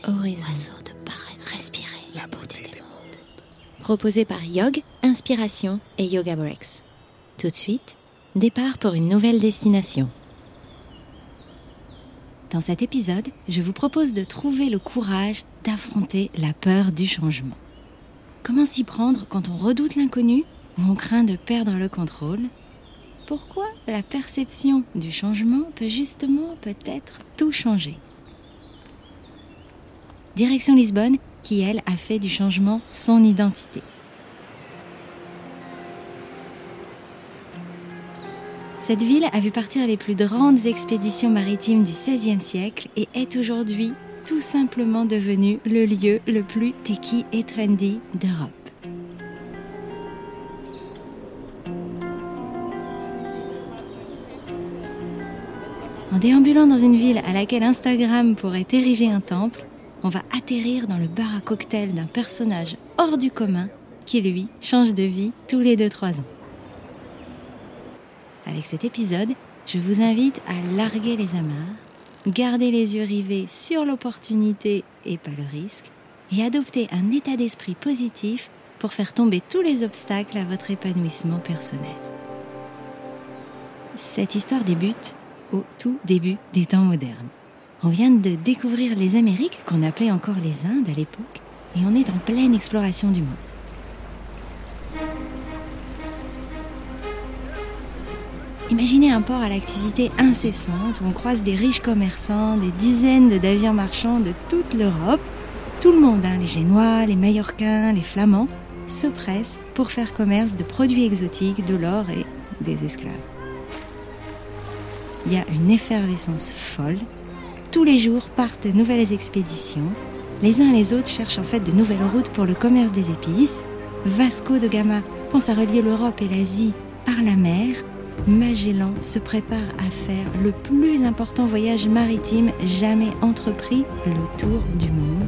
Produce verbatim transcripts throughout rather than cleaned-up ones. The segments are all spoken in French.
horizon, oiseau de paraître, respirer la beauté des mondes. Proposé par Yog, Inspiration et Yoga Breaks. Tout de suite, départ pour une nouvelle destination. Dans cet épisode, je vous propose de trouver le courage d'affronter la peur du changement. Comment s'y prendre quand on redoute l'inconnu ou on craint de perdre le contrôle ? Pourquoi la perception du changement peut justement peut-être tout changer ? Direction Lisbonne, qui elle a fait du changement son identité. Cette ville a vu partir les plus grandes expéditions maritimes du seizième siècle et est aujourd'hui tout simplement devenue le lieu le plus techy et trendy d'Europe. En déambulant dans une ville à laquelle Instagram pourrait ériger un temple, on va atterrir dans le bar à cocktail d'un personnage hors du commun qui, lui, change de vie tous les deux trois ans. Avec cet épisode, je vous invite à larguer les amarres, garder les yeux rivés sur l'opportunité et pas le risque, et adopter un état d'esprit positif pour faire tomber tous les obstacles à votre épanouissement personnel. Cette histoire débute au tout début des temps modernes. On vient de découvrir les Amériques, qu'on appelait encore les Indes à l'époque, et on est en pleine exploration du monde. Imaginez un port à l'activité incessante, où on croise des riches commerçants, des dizaines de navires marchands de toute l'Europe. Tout le monde, hein, les Génois, les Mallorquins, les Flamands, se pressent pour faire commerce de produits exotiques, de l'or et des esclaves. Il y a une effervescence folle. Tous les jours partent de nouvelles expéditions. Les uns et les autres cherchent en fait de nouvelles routes pour le commerce des épices. Vasco de Gama pense à relier l'Europe et l'Asie par la mer. Magellan se prépare à faire le plus important voyage maritime jamais entrepris, le tour du monde.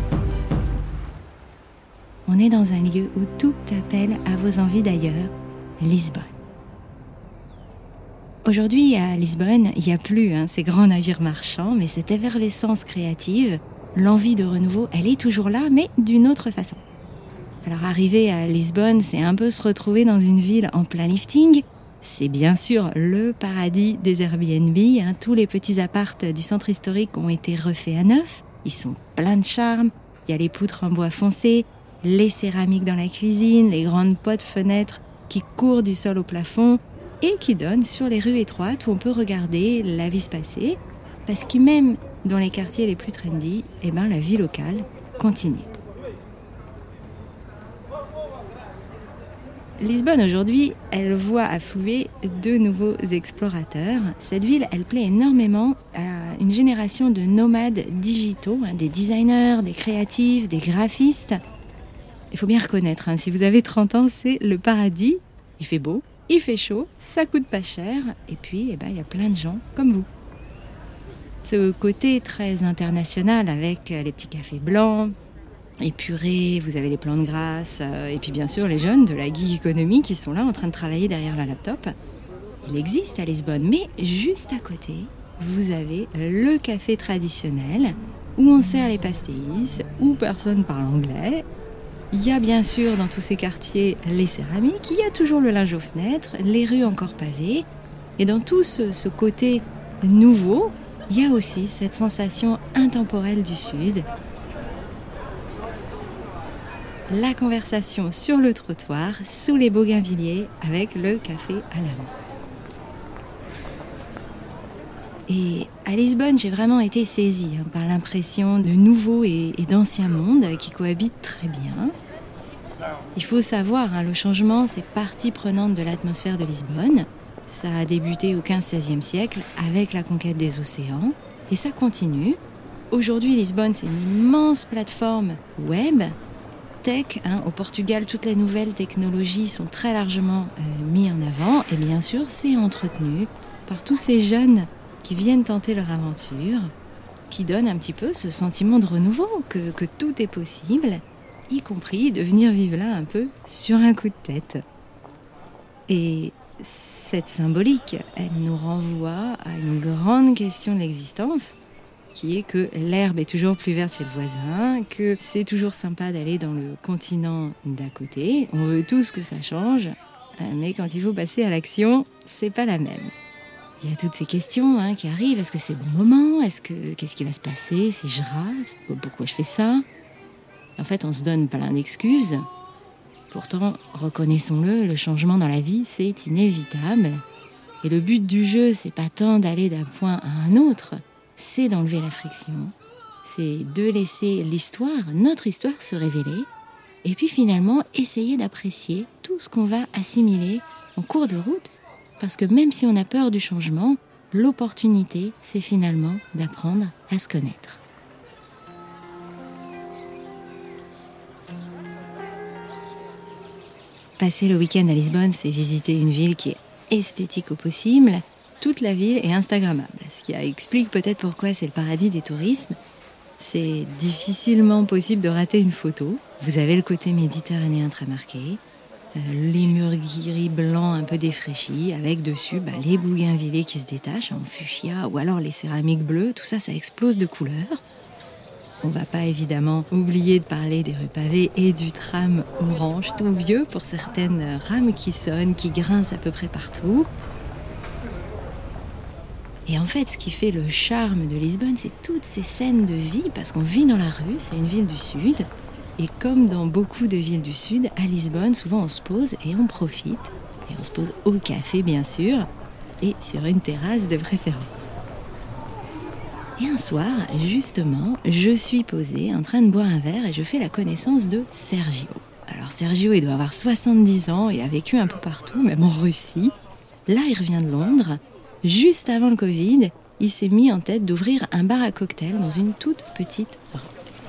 On est dans un lieu où tout appelle à vos envies d'ailleurs, Lisbonne. Aujourd'hui, à Lisbonne, il n'y a plus hein, ces grands navires marchands, mais cette effervescence créative, l'envie de renouveau, elle est toujours là, mais d'une autre façon. Alors arriver à Lisbonne, c'est un peu se retrouver dans une ville en plein lifting. C'est bien sûr le paradis des Airbnb. Hein. Tous les petits appartes du centre historique ont été refaits à neuf. Ils sont pleins de charme. Il y a les poutres en bois foncé, les céramiques dans la cuisine, les grandes potes fenêtres qui courent du sol au plafond et qui donnent sur les rues étroites où on peut regarder la vie se passer. Parce que même dans les quartiers les plus trendy, eh ben, la vie locale continue. Lisbonne aujourd'hui, elle voit affluer de nouveaux explorateurs. Cette ville, elle plaît énormément à une génération de nomades digitaux, hein, des designers, des créatifs, des graphistes. Il faut bien reconnaître, hein, si vous avez trente ans, c'est le paradis. Il fait beau, il fait chaud, ça coûte pas cher, et puis eh ben, il y a plein de gens comme vous. Ce côté très international avec les petits cafés blancs, épurés, vous avez les plantes grasses, et puis bien sûr les jeunes de la gig economy qui sont là en train de travailler derrière leur laptop. Il existe à Lisbonne, mais juste à côté, vous avez le café traditionnel où on sert les pastéis, où personne parle anglais. Il y a bien sûr dans tous ces quartiers les céramiques, il y a toujours le linge aux fenêtres, les rues encore pavées. Et dans tout ce, ce côté nouveau, il y a aussi cette sensation intemporelle du Sud. La conversation sur le trottoir, sous les bougainvilliers, avec le café à la main. Et à Lisbonne, j'ai vraiment été saisie hein, par l'impression de nouveaux et, et d'anciens mondes qui cohabitent très bien. Il faut savoir, hein, le changement, c'est partie prenante de l'atmosphère de Lisbonne. Ça a débuté au quinzième seizième siècle avec la conquête des océans. Et ça continue. Aujourd'hui, Lisbonne, c'est une immense plateforme web, tech. Hein, au Portugal, toutes les nouvelles technologies sont très largement euh, mises en avant. Et bien sûr, c'est entretenu par tous ces jeunes qui viennent tenter leur aventure, qui donnent un petit peu ce sentiment de renouveau, que, que tout est possible, y compris de venir vivre là un peu sur un coup de tête. Et cette symbolique, elle nous renvoie à une grande question de l'existence. qui est que l'herbe est toujours plus verte chez le voisin, que c'est toujours sympa d'aller dans le continent d'à côté. On veut tous que ça change, mais quand il faut passer à l'action, c'est pas la même. Il y a toutes ces questions hein, qui arrivent. Est-ce que c'est le bon moment ? Est-ce que, qu'est-ce qui va se passer si je rate ? Pourquoi je fais ça ? En fait, on se donne plein d'excuses. Pourtant, reconnaissons-le, le changement dans la vie, c'est inévitable. Et le but du jeu, c'est pas tant d'aller d'un point à un autre, c'est d'enlever la friction, c'est de laisser l'histoire, notre histoire, se révéler, et puis finalement essayer d'apprécier tout ce qu'on va assimiler en cours de route, parce que même si on a peur du changement, l'opportunité, c'est finalement d'apprendre à se connaître. Passer le week-end à Lisbonne, c'est visiter une ville qui est esthétique au possible. Toute la ville est instagrammable, ce qui explique peut-être pourquoi c'est le paradis des touristes. C'est difficilement possible de rater une photo. Vous avez le côté méditerranéen très marqué, euh, les murs gris blancs un peu défraîchis, avec dessus bah, les bougainvillées qui se détachent en fuchsia, ou alors les céramiques bleues, tout ça, ça explose de couleurs. On ne va pas évidemment oublier de parler des rues pavées et du tram orange, tout vieux pour certaines rames qui sonnent, qui grincent à peu près partout. Et en fait, ce qui fait le charme de Lisbonne, c'est toutes ces scènes de vie, parce qu'on vit dans la rue, c'est une ville du Sud. Et comme dans beaucoup de villes du Sud, à Lisbonne, souvent on se pose et on profite. Et on se pose au café, bien sûr, et sur une terrasse de préférence. Et un soir, justement, je suis posée en train de boire un verre et je fais la connaissance de Sergio. Alors Sergio, il doit avoir soixante-dix ans, il a vécu un peu partout, même en Russie. Là, il revient de Londres. Juste avant le Covid, il s'est mis en tête d'ouvrir un bar à cocktails dans une toute petite rue.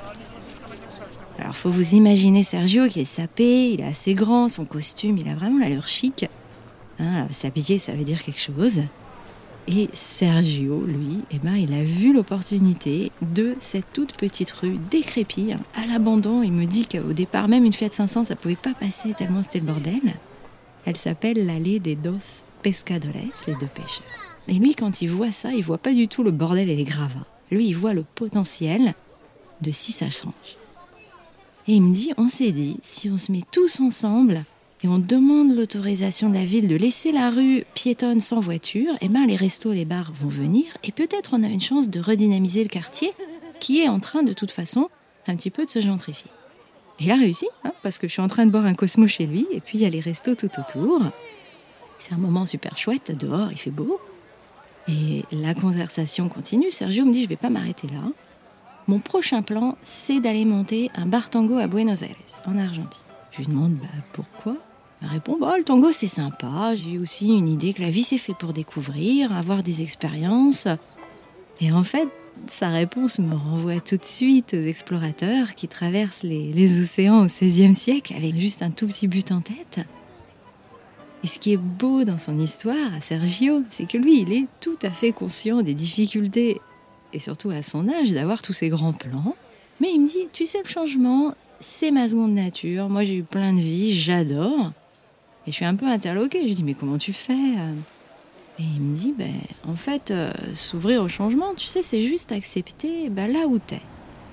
Alors, faut vous imaginer Sergio qui est sapé, il est assez grand, son costume, il a vraiment l'allure chic. Hein, s'habiller, ça veut dire quelque chose. Et Sergio, lui, eh ben, il a vu l'opportunité de cette toute petite rue décrépite, à l'abandon. Il me dit qu'au départ, même une Fiat cinq cents, ça pouvait pas passer tellement c'était le bordel. Elle s'appelle l'allée des Dos Pescadores, les deux pêcheurs. Et lui, quand il voit ça, il voit pas du tout le bordel et les gravats. Lui, il voit le potentiel de si ça change. Et il me dit, on s'est dit, si on se met tous ensemble et on demande l'autorisation de la ville de laisser la rue piétonne sans voiture, eh ben les restos, les bars vont venir et peut-être on a une chance de redynamiser le quartier qui est en train de toute façon un petit peu de se gentrifier. Et il a réussi, hein, parce que je suis en train de boire un Cosmo chez lui et puis il y a les restos tout autour. C'est un moment super chouette, dehors il fait beau. Et la conversation continue. Sergio me dit, je vais pas m'arrêter là. Mon prochain plan, c'est d'aller monter un bar tango à Buenos Aires, en Argentine. Je lui demande, bah, pourquoi ? Elle répond, bah, le tango c'est sympa. J'ai aussi une idée que la vie c'est fait pour découvrir, avoir des expériences. Et en fait, sa réponse me renvoie tout de suite aux explorateurs qui traversent les, les océans au seizième siècle avec juste un tout petit but en tête. Et ce qui est beau dans son histoire, à Sergio, c'est que lui, il est tout à fait conscient des difficultés, et surtout à son âge, d'avoir tous ces grands plans. Mais il me dit, tu sais, le changement, c'est ma seconde nature. Moi, j'ai eu plein de vies, j'adore. Et je suis un peu interloquée. Je lui dis, mais comment tu fais ? Et il me dit, ben, en fait, euh, s'ouvrir au changement, tu sais, c'est juste accepter ben, là où t'es.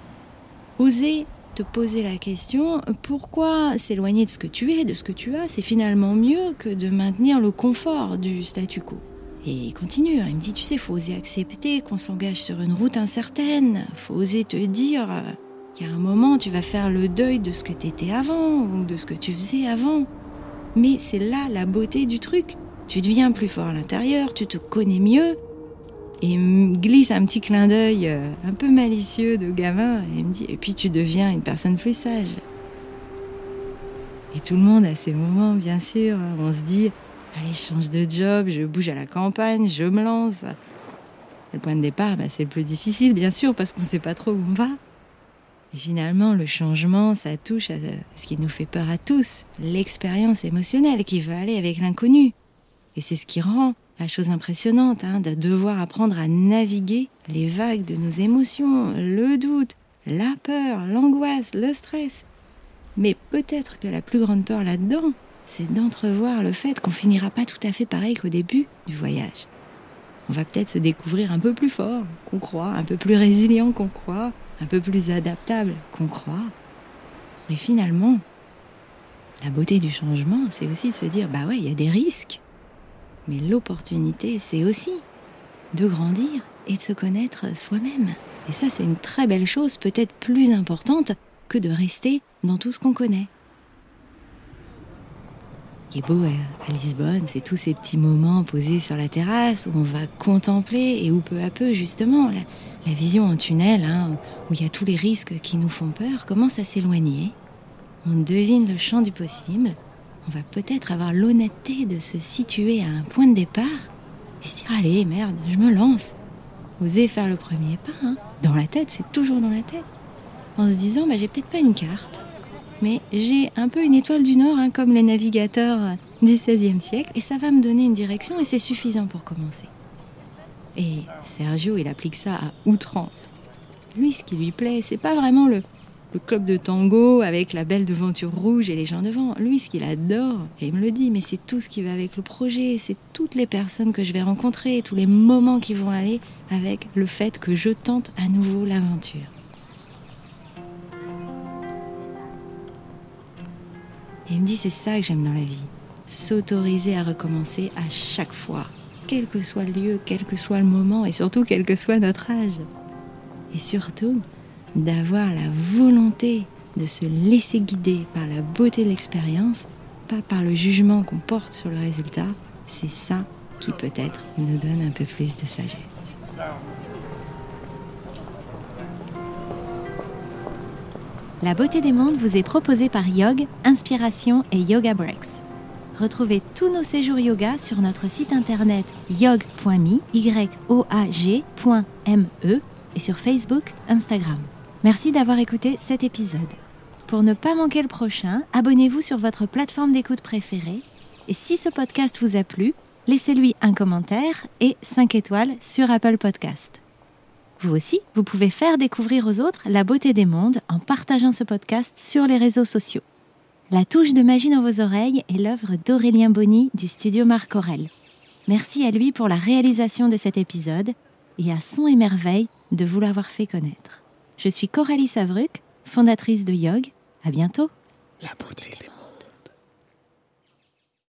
Oser te poser la question, pourquoi s'éloigner de ce que tu es, de ce que tu as, c'est finalement mieux que de maintenir le confort du statu quo. Et il continue, hein, il me dit, tu sais, il faut oser accepter qu'on s'engage sur une route incertaine, il faut oser te dire qu'à un moment, tu vas faire le deuil de ce que tu étais avant, ou de ce que tu faisais avant. Mais c'est là la beauté du truc. Tu deviens plus fort à l'intérieur, tu te connais mieux. Et il me glisse un petit clin d'œil euh, un peu malicieux de gamin, et il me dit, et puis tu deviens une personne plus sage. Et tout le monde a ces moments, bien sûr, hein, on se dit, allez, je change de job, je bouge à la campagne, je me lance. Et le point de départ, bah, c'est le plus difficile, bien sûr, parce qu'on ne sait pas trop où on va. Et finalement, le changement, ça touche à ce qui nous fait peur à tous, l'expérience émotionnelle qui veut aller avec l'inconnu. Et c'est ce qui rend la chose impressionnante, hein, de devoir apprendre à naviguer les vagues de nos émotions, le doute, la peur, l'angoisse, le stress. Mais peut-être que la plus grande peur là-dedans, c'est d'entrevoir le fait qu'on finira pas tout à fait pareil qu'au début du voyage. on va peut-être se découvrir un peu plus fort qu'on croit, un peu plus résilient qu'on croit, un peu plus adaptable qu'on croit. Et finalement, la beauté du changement, c'est aussi de se dire, bah ouais, il y a des risques. Mais l'opportunité, c'est aussi de grandir et de se connaître soi-même. Et ça, c'est une très belle chose, peut-être plus importante que de rester dans tout ce qu'on connaît. Ce qui est beau à Lisbonne, c'est tous ces petits moments posés sur la terrasse où on va contempler et où peu à peu, justement, la, la vision en tunnel, hein, où il y a tous les risques qui nous font peur, commence à s'éloigner. On devine le champ du possible. On va peut-être avoir l'honnêteté de se situer à un point de départ et se dire « Allez, merde, je me lance !» Oser faire le premier pas, hein. Dans la tête, c'est toujours dans la tête. En se disant bah, « J'ai peut-être pas une carte, mais j'ai un peu une étoile du Nord, hein, comme les navigateurs du seizième siècle, et ça va me donner une direction et c'est suffisant pour commencer. » Et Sergio, il applique ça à outrance. Lui, ce qui lui plaît, c'est pas vraiment le, le club de tango avec la belle devanture rouge et les gens devant. Lui, ce qu'il adore, et il me le dit, mais c'est tout ce qui va avec le projet, c'est toutes les personnes que je vais rencontrer, tous les moments qui vont aller avec le fait que je tente à nouveau l'aventure. Et il me dit, c'est ça que j'aime dans la vie. S'autoriser à recommencer à chaque fois, quel que soit le lieu, quel que soit le moment, et surtout quel que soit notre âge. Et surtout, d'avoir la volonté de se laisser guider par la beauté de l'expérience, pas par le jugement qu'on porte sur le résultat. C'est ça qui peut-être nous donne un peu plus de sagesse. La beauté des mondes vous est proposée par Yog, Inspiration et Yoga Breaks. Retrouvez tous nos séjours yoga sur notre site internet yog point me, y o a g point m e et sur Facebook, Instagram. Merci d'avoir écouté cet épisode. Pour ne pas manquer le prochain, abonnez-vous sur votre plateforme d'écoute préférée. Et si ce podcast vous a plu, laissez-lui un commentaire et cinq étoiles sur Apple Podcast. Vous aussi, vous pouvez faire découvrir aux autres la beauté des mondes en partageant ce podcast sur les réseaux sociaux. La touche de magie dans vos oreilles est l'œuvre d'Aurélien Bonny du studio Marc Aurèle. Merci à lui pour la réalisation de cet épisode et à Son et Merveille de vous l'avoir fait connaître. Je suis Coralie Savruc, fondatrice de Yog. À bientôt. La beauté des mondes.